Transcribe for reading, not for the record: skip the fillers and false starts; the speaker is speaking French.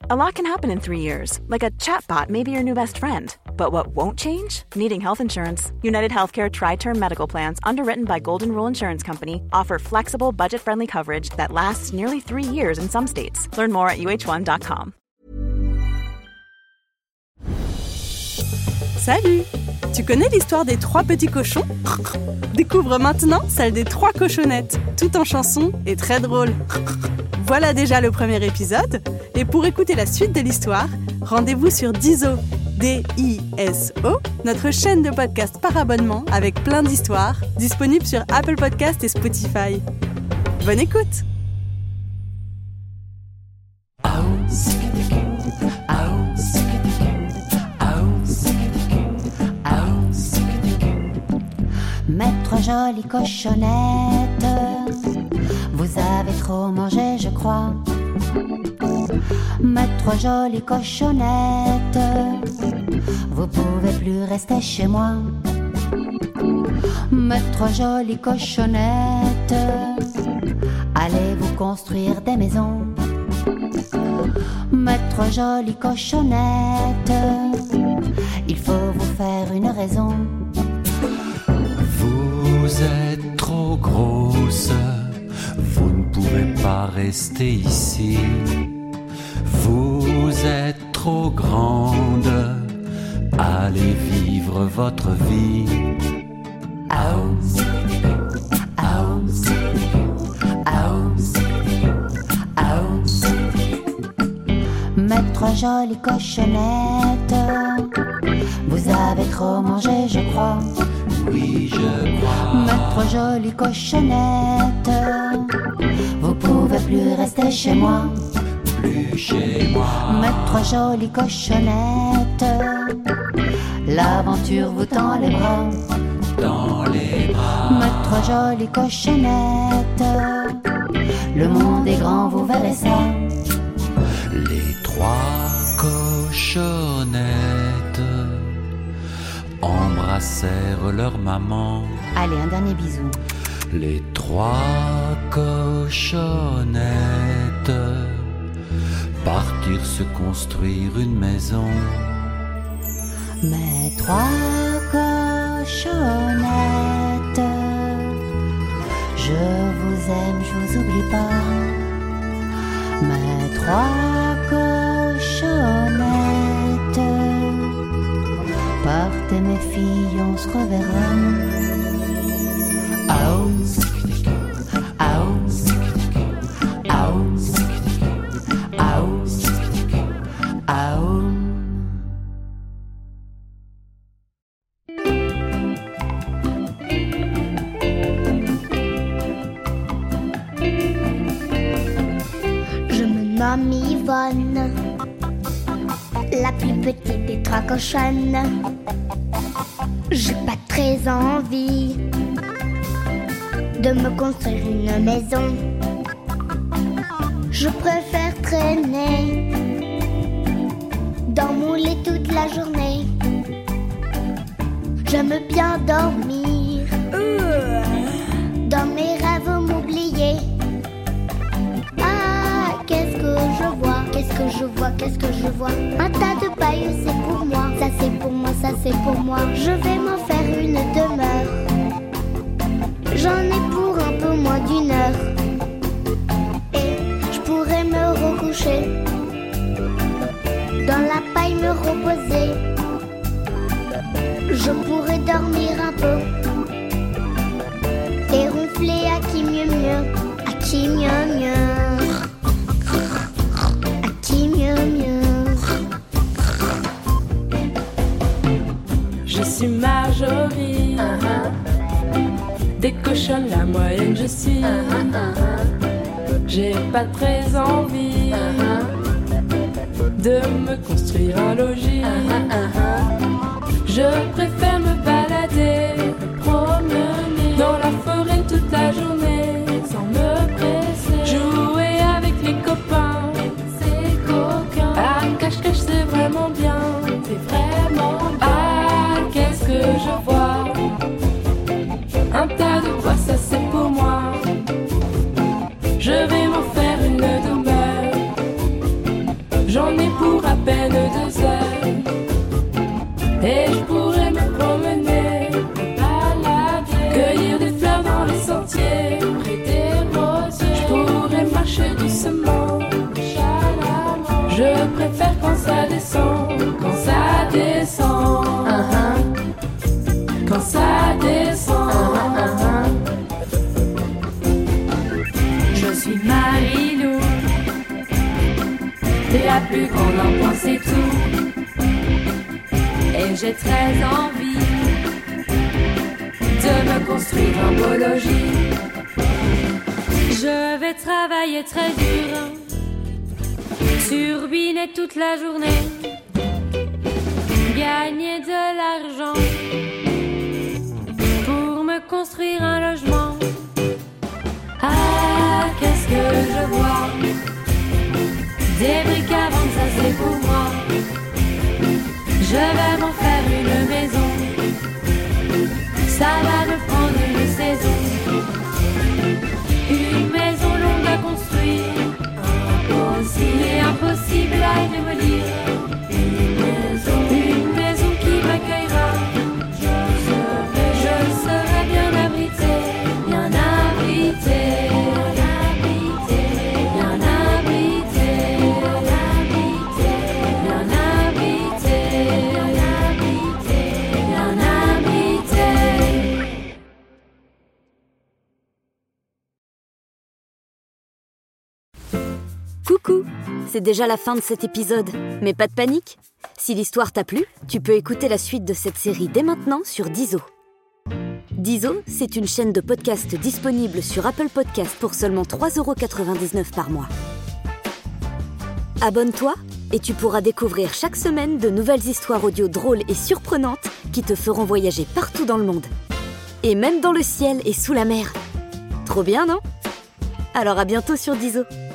A lot can happen in 3 years, like a chatbot may be your new best friend. But what won't change? Needing health insurance. United Healthcare Tri-Term Medical Plans, underwritten by Golden Rule Insurance Company, offer flexible, budget-friendly coverage that lasts nearly 3 years in some states. Learn more at uh1.com. Salut! Tu connais l'histoire des 3 petits cochons? Découvre maintenant celle des 3 cochonnettes, tout en chanson et très drôle. Voilà déjà le premier épisode, et pour écouter la suite de l'histoire, rendez-vous sur Diso, D-I-S-O, notre chaîne de podcast par abonnement avec plein d'histoires, disponible sur Apple Podcasts et Spotify. Bonne écoute! Mes 3 jolies cochonnettes, vous avez trop mangé, je crois. Mes 3 jolies cochonnettes, vous pouvez plus rester chez moi. Mes 3 jolies cochonnettes, allez vous construire des maisons. Mes 3 jolies cochonnettes, il faut vous faire une raison. Vous êtes trop grosse, vous ne pouvez pas rester ici. Vous êtes trop grande, allez vivre votre vie. House, house, house, house. Mes 3 jolies cochonnettes, vous avez trop mangé, je crois. Oui, je crois. Mes 3 jolies cochonnettes, vous pouvez plus rester chez moi. Plus chez moi. Mes 3 jolies cochonnettes, l'aventure vous tend les bras. Dans les bras. Mes 3 jolies cochonnettes, le monde est grand, vous verrez ça. Les 3 cochonnettes embrassèrent leur maman. Allez, un dernier bisou. Les 3 cochonnettes partirent se construire une maison. Mes 3 cochonnettes, je vous aime, je vous oublie pas. Mes 3 cochonnettes, partez mes filles, on se reverra. House, house, house, house, house. Je me nomme Yvonne, la plus petite des 3 cochonnes. J'ai pas très envie de me construire une maison. Je préfère traîner dans mon lit toute la journée. J'aime bien dormir, dans mes rêves m'oublier. Ah, qu'est-ce que je vois, qu'est-ce que je vois, qu'est-ce que je vois. Un tas de pailles, c'est pour moi, ça c'est pour moi, ça c'est pour moi. Je vais m'en faire une demeure, j'en ai pour un peu moins d'1 heure. Et je pourrais me recoucher, dans la paille me reposer. Je pourrais dormir un peu et ronfler à qui mieux mieux, à qui mieux mieux, à qui mieux mieux. Je suis Marjorie, des cochonnes la moyenne je suis. J'ai pas très envie de me construire un logis. Je préfère me balader, promener dans la forêt toute la journée, sans me presser. Jouer avec les copains, c'est coquin. Ah, cache-cache, c'est vraiment bien, c'est vraiment bien. Ah, qu'est-ce que je vois, un tas de bois, ça c'est pour moi. Je vais m'en faire une demeure, j'en journée pour à peine 2 heures. Et je pourrais me promener, me balader, cueillir des fleurs dans les sentiers, près des rosiers. Je pourrais marcher doucement, chalamment. Je préfère quand ça descend, quand ça descend. Quand ça descend. Je suis Marilou, la plus grande en point c'est tout. Et j'ai très envie de me construire un beau logis. Je vais travailler très dur, turbiner toute la journée, gagner de l'argent pour me construire un logement. Ah, qu'est-ce que je vois? Des briques à vendre, ça c'est pour moi. Je vais m'en faire une maison, ça va me prendre une saison. Une maison longue à construire, impossible à démolir. Une maison qui m'accueillera, je serai bien abrité, bien abrité. Coucou, c'est déjà la fin de cet épisode, mais pas de panique. Si l'histoire t'a plu, tu peux écouter la suite de cette série dès maintenant sur Diso. Diso, c'est une chaîne de podcast disponible sur Apple Podcasts pour seulement 3,99€ par mois. Abonne-toi et tu pourras découvrir chaque semaine de nouvelles histoires audio drôles et surprenantes qui te feront voyager partout dans le monde. Et même dans le ciel et sous la mer. Trop bien, non ? Alors à bientôt sur Diso.